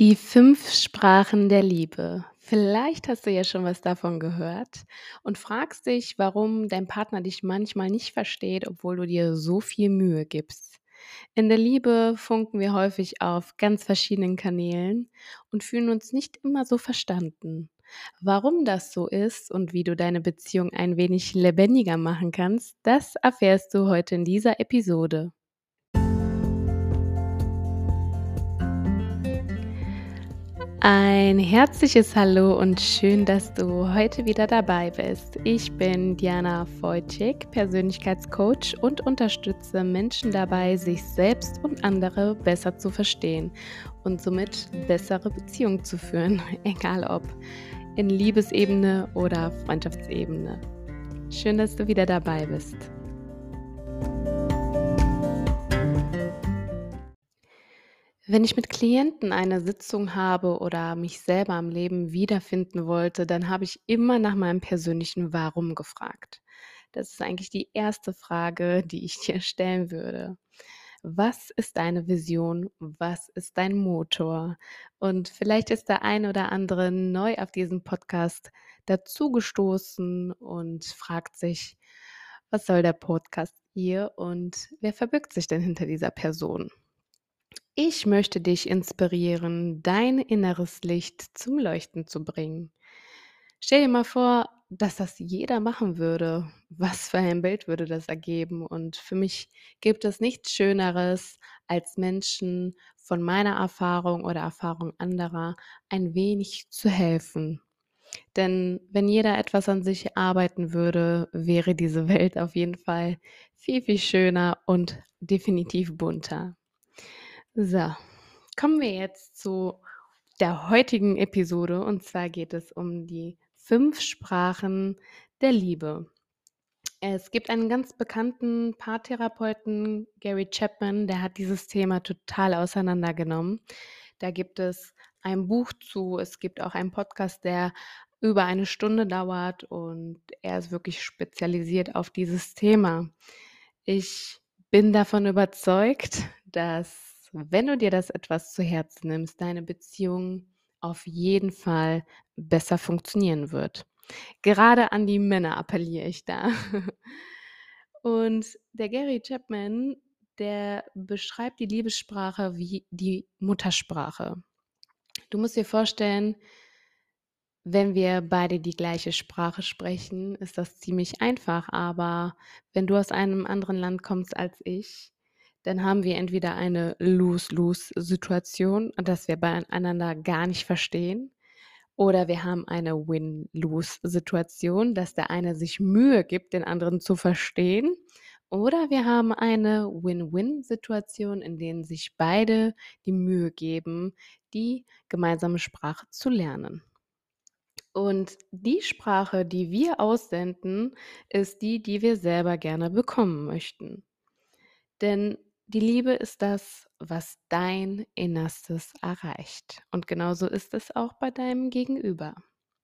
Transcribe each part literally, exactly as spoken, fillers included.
Die fünf Sprachen der Liebe. Vielleicht hast du ja schon was davon gehört und fragst dich, warum dein Partner dich manchmal nicht versteht, obwohl du dir so viel Mühe gibst. In der Liebe funken wir häufig auf ganz verschiedenen Kanälen und fühlen uns nicht immer so verstanden. Warum das so ist und wie du deine Beziehung ein wenig lebendiger machen kannst, das erfährst du heute in dieser Episode. Ein herzliches Hallo und schön, dass du heute wieder dabei bist. Ich bin Diana Wojcik, Persönlichkeitscoach und unterstütze Menschen dabei, sich selbst und andere besser zu verstehen und somit bessere Beziehungen zu führen, egal ob in Liebesebene oder Freundschaftsebene. Schön, dass du wieder dabei bist. Wenn ich mit Klienten eine Sitzung habe oder mich selber im Leben wiederfinden wollte, dann habe ich immer nach meinem persönlichen Warum gefragt. Das ist eigentlich die erste Frage, die ich dir stellen würde. Was ist deine Vision? Was ist dein Motor? Und vielleicht ist der ein oder andere neu auf diesen Podcast dazugestoßen und fragt sich, was soll der Podcast hier und wer verbirgt sich denn hinter dieser Person? Ich möchte dich inspirieren, dein inneres Licht zum Leuchten zu bringen. Stell dir mal vor, dass das jeder machen würde. Was für ein Bild würde das ergeben? Und für mich gibt es nichts Schöneres, als Menschen von meiner Erfahrung oder Erfahrung anderer ein wenig zu helfen. Denn wenn jeder etwas an sich arbeiten würde, wäre diese Welt auf jeden Fall viel, viel schöner und definitiv bunter. So, kommen wir jetzt zu der heutigen Episode und zwar geht es um die fünf Sprachen der Liebe. Es gibt einen ganz bekannten Paartherapeuten, Gary Chapman, der hat dieses Thema total auseinandergenommen. Da gibt es ein Buch zu, es gibt auch einen Podcast, der über eine Stunde dauert und er ist wirklich spezialisiert auf dieses Thema. Ich bin davon überzeugt, dass, wenn du dir das etwas zu Herzen nimmst, deine Beziehung auf jeden Fall besser funktionieren wird. Gerade an die Männer appelliere ich da. Und der Gary Chapman, der beschreibt die Liebessprache wie die Muttersprache. Du musst dir vorstellen, wenn wir beide die gleiche Sprache sprechen, ist das ziemlich einfach, aber wenn du aus einem anderen Land kommst als ich, dann haben wir entweder eine Lose-Lose-Situation, dass wir bei einander gar nicht verstehen, oder wir haben eine Win-Lose-Situation, dass der eine sich Mühe gibt, den anderen zu verstehen, oder wir haben eine Win-Win-Situation, in denen sich beide die Mühe geben, die gemeinsame Sprache zu lernen. Und die Sprache, die wir aussenden, ist die, die wir selber gerne bekommen möchten. Denn die Liebe ist das, was dein Innerstes erreicht. Und genauso ist es auch bei deinem Gegenüber.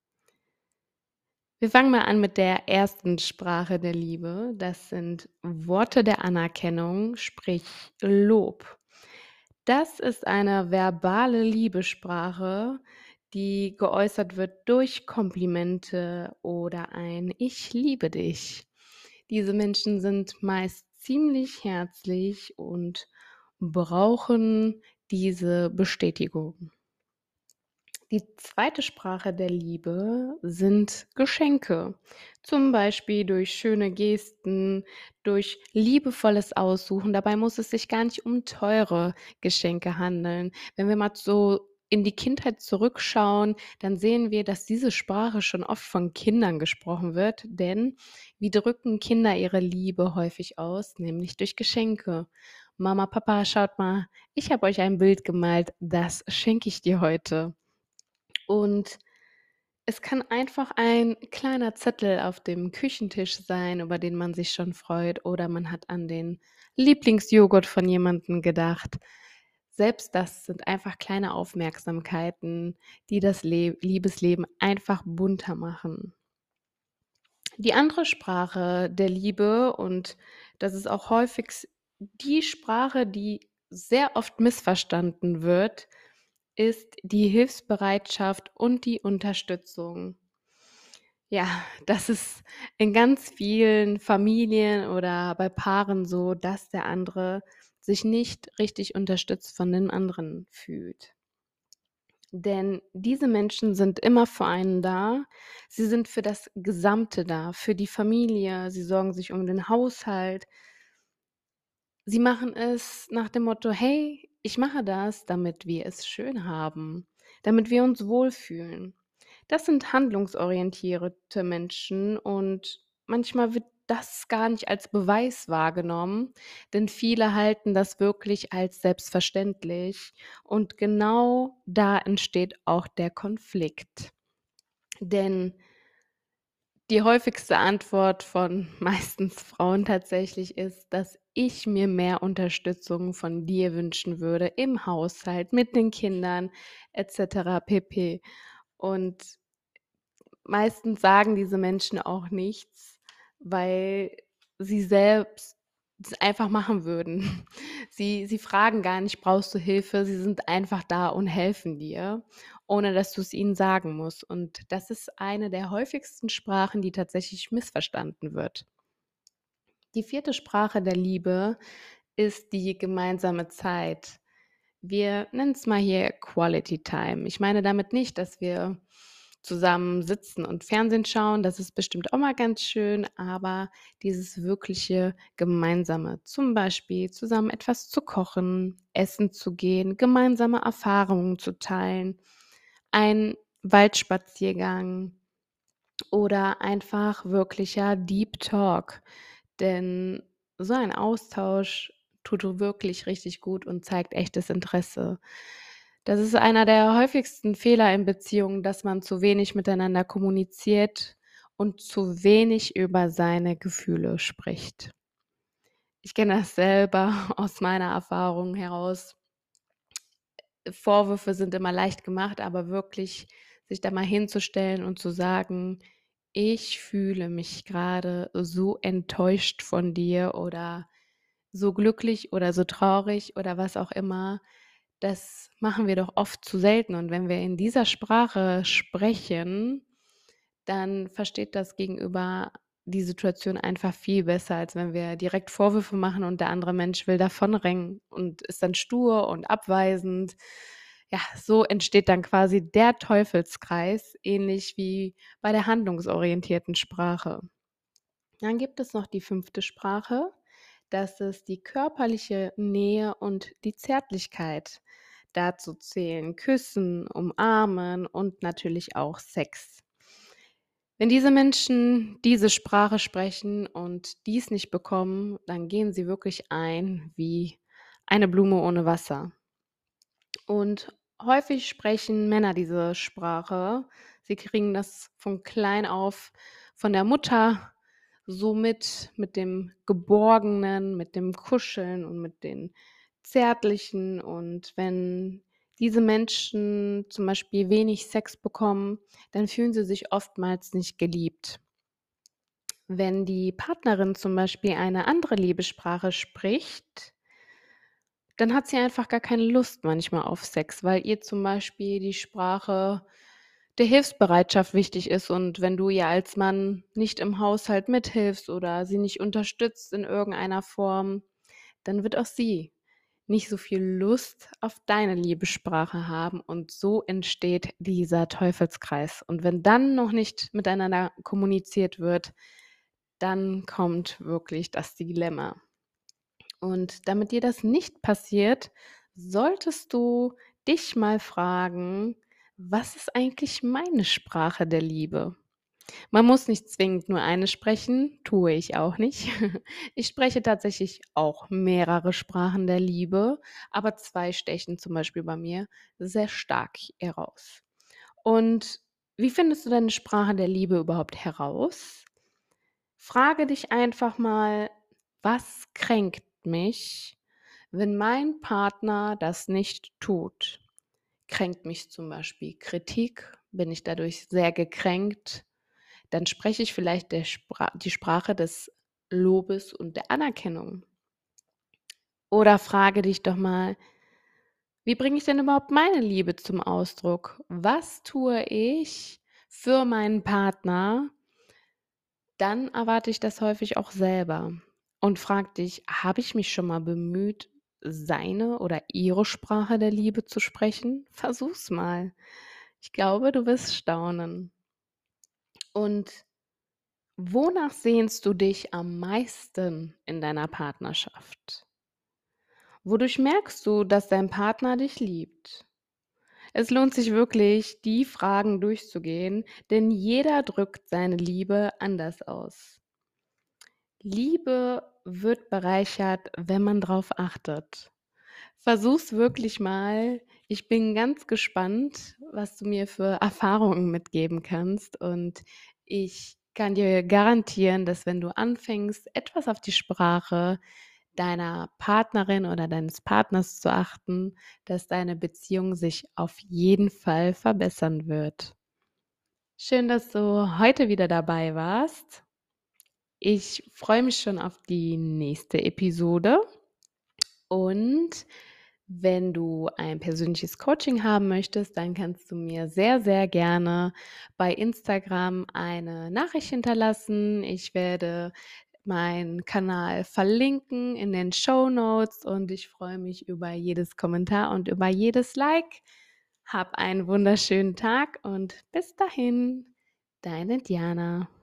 Wir fangen mal an mit der ersten Sprache der Liebe. Das sind Worte der Anerkennung, sprich Lob. Das ist eine verbale Liebessprache, die geäußert wird durch Komplimente oder ein „Ich liebe dich“. Diese Menschen sind meist ziemlich herzlich und brauchen diese Bestätigung. Die zweite Sprache der Liebe sind Geschenke, zum Beispiel durch schöne Gesten, durch liebevolles Aussuchen. Dabei muss es sich gar nicht um teure Geschenke handeln. Wenn wir mal so in die Kindheit zurückschauen, dann sehen wir, dass diese Sprache schon oft von Kindern gesprochen wird, denn wie drücken Kinder ihre Liebe häufig aus? Nämlich durch Geschenke. Mama, Papa, schaut mal, ich habe euch ein Bild gemalt, das schenke ich dir heute. Und es kann einfach ein kleiner Zettel auf dem Küchentisch sein, über den man sich schon freut, oder man hat an den Lieblingsjoghurt von jemandem gedacht. Selbst das sind einfach kleine Aufmerksamkeiten, die das Le Liebesleben einfach bunter machen. Die andere Sprache der Liebe, und das ist auch häufig s die Sprache, die sehr oft missverstanden wird, ist die Hilfsbereitschaft und die Unterstützung. Ja, das ist in ganz vielen Familien oder bei Paaren so, dass der andere sich nicht richtig unterstützt von dem anderen fühlt. Denn diese Menschen sind immer für einen da. Sie sind für das Gesamte da, für die Familie. Sie sorgen sich um den Haushalt. Sie machen es nach dem Motto: „Hey, ich mache das, damit wir es schön haben, damit wir uns wohlfühlen.“ Das sind handlungsorientierte Menschen und manchmal wird das gar nicht als Beweis wahrgenommen, denn viele halten das wirklich als selbstverständlich und genau da entsteht auch der Konflikt. Denn die häufigste Antwort von meistens Frauen tatsächlich ist, dass ich mir mehr Unterstützung von dir wünschen würde im Haushalt, mit den Kindern et cetera pp. Und meistens sagen diese Menschen auch nichts, weil sie selbst es einfach machen würden. Sie sie fragen gar nicht: „Brauchst du Hilfe?“ Sie sind einfach da und helfen dir, ohne dass du es ihnen sagen musst. Und das ist eine der häufigsten Sprachen, die tatsächlich missverstanden wird. Die vierte Sprache der Liebe ist die gemeinsame Zeit. Wir nennen es mal hier Quality Time. Ich meine damit nicht, dass wir zusammen sitzen und Fernsehen schauen. Das ist bestimmt auch mal ganz schön, aber dieses wirkliche Gemeinsame, zum Beispiel zusammen etwas zu kochen, essen zu gehen, gemeinsame Erfahrungen zu teilen, ein Waldspaziergang oder einfach wirklicher Deep Talk. Denn so ein Austausch tut wirklich richtig gut und zeigt echtes Interesse. Das ist einer der häufigsten Fehler in Beziehungen, dass man zu wenig miteinander kommuniziert und zu wenig über seine Gefühle spricht. Ich kenne das selber aus meiner Erfahrung heraus. Vorwürfe sind immer leicht gemacht, aber wirklich sich da mal hinzustellen und zu sagen: „Ich fühle mich gerade so enttäuscht von dir“ oder so glücklich oder so traurig oder was auch immer, das machen wir doch oft zu selten. Und wenn wir in dieser Sprache sprechen, dann versteht das Gegenüber die Situation einfach viel besser, als wenn wir direkt Vorwürfe machen und der andere Mensch will davonrennen und ist dann stur und abweisend. Ja, so entsteht dann quasi der Teufelskreis, ähnlich wie bei der handlungsorientierten Sprache. Dann gibt es noch die fünfte Sprache. Das ist die körperliche Nähe und die Zärtlichkeit. Dazu zählen Küssen, Umarmen und natürlich auch Sex. Wenn diese Menschen diese Sprache sprechen und dies nicht bekommen, dann gehen sie wirklich ein wie eine Blume ohne Wasser. Und häufig sprechen Männer diese Sprache. Sie kriegen das von klein auf von der Mutter so mit, mit dem Geborgenen, mit dem Kuscheln und mit den Zärtlichen. Und wenn diese Menschen zum Beispiel wenig Sex bekommen, dann fühlen sie sich oftmals nicht geliebt. Wenn die Partnerin zum Beispiel eine andere Liebessprache spricht, dann hat sie einfach gar keine Lust manchmal auf Sex, weil ihr zum Beispiel die Sprache der Hilfsbereitschaft wichtig ist. Und wenn du ihr als Mann nicht im Haushalt mithilfst oder sie nicht unterstützt in irgendeiner Form, dann wird auch sie nicht so viel Lust auf deine Liebessprache haben und so entsteht dieser Teufelskreis. Und wenn dann noch nicht miteinander kommuniziert wird, dann kommt wirklich das Dilemma. Und damit dir das nicht passiert, solltest du dich mal fragen: „Was ist eigentlich meine Sprache der Liebe?“ Man muss nicht zwingend nur eine sprechen, tue ich auch nicht. Ich spreche tatsächlich auch mehrere Sprachen der Liebe, aber zwei stechen zum Beispiel bei mir sehr stark heraus. Und wie findest du deine Sprache der Liebe überhaupt heraus? Frage dich einfach mal: „Was kränkt mich, wenn mein Partner das nicht tut?“ Kränkt mich zum Beispiel Kritik? Bin ich dadurch sehr gekränkt? Dann spreche ich vielleicht der Spra die Sprache des Lobes und der Anerkennung. Oder frage dich doch mal: Wie bringe ich denn überhaupt meine Liebe zum Ausdruck? Was tue ich für meinen Partner? Dann erwarte ich das häufig auch selber und frage dich: „Habe ich mich schon mal bemüht, seine oder ihre Sprache der Liebe zu sprechen?“ Versuch's mal. Ich glaube, du wirst staunen. Und wonach sehnst du dich am meisten in deiner Partnerschaft? Wodurch merkst du, dass dein Partner dich liebt? Es lohnt sich wirklich, die Fragen durchzugehen, denn jeder drückt seine Liebe anders aus. Liebe wird bereichert, wenn man drauf achtet. Versuch's wirklich mal. Ich bin ganz gespannt, was du mir für Erfahrungen mitgeben kannst, und ich kann dir garantieren, dass wenn du anfängst, etwas auf die Sprache deiner Partnerin oder deines Partners zu achten, dass deine Beziehung sich auf jeden Fall verbessern wird. Schön, dass du heute wieder dabei warst. Ich freue mich schon auf die nächste Episode, und wenn du ein persönliches Coaching haben möchtest, dann kannst du mir sehr, sehr gerne bei Instagram eine Nachricht hinterlassen. Ich werde meinen Kanal verlinken in den Shownotes und ich freue mich über jedes Kommentar und über jedes Like. Hab einen wunderschönen Tag und bis dahin, deine Diana.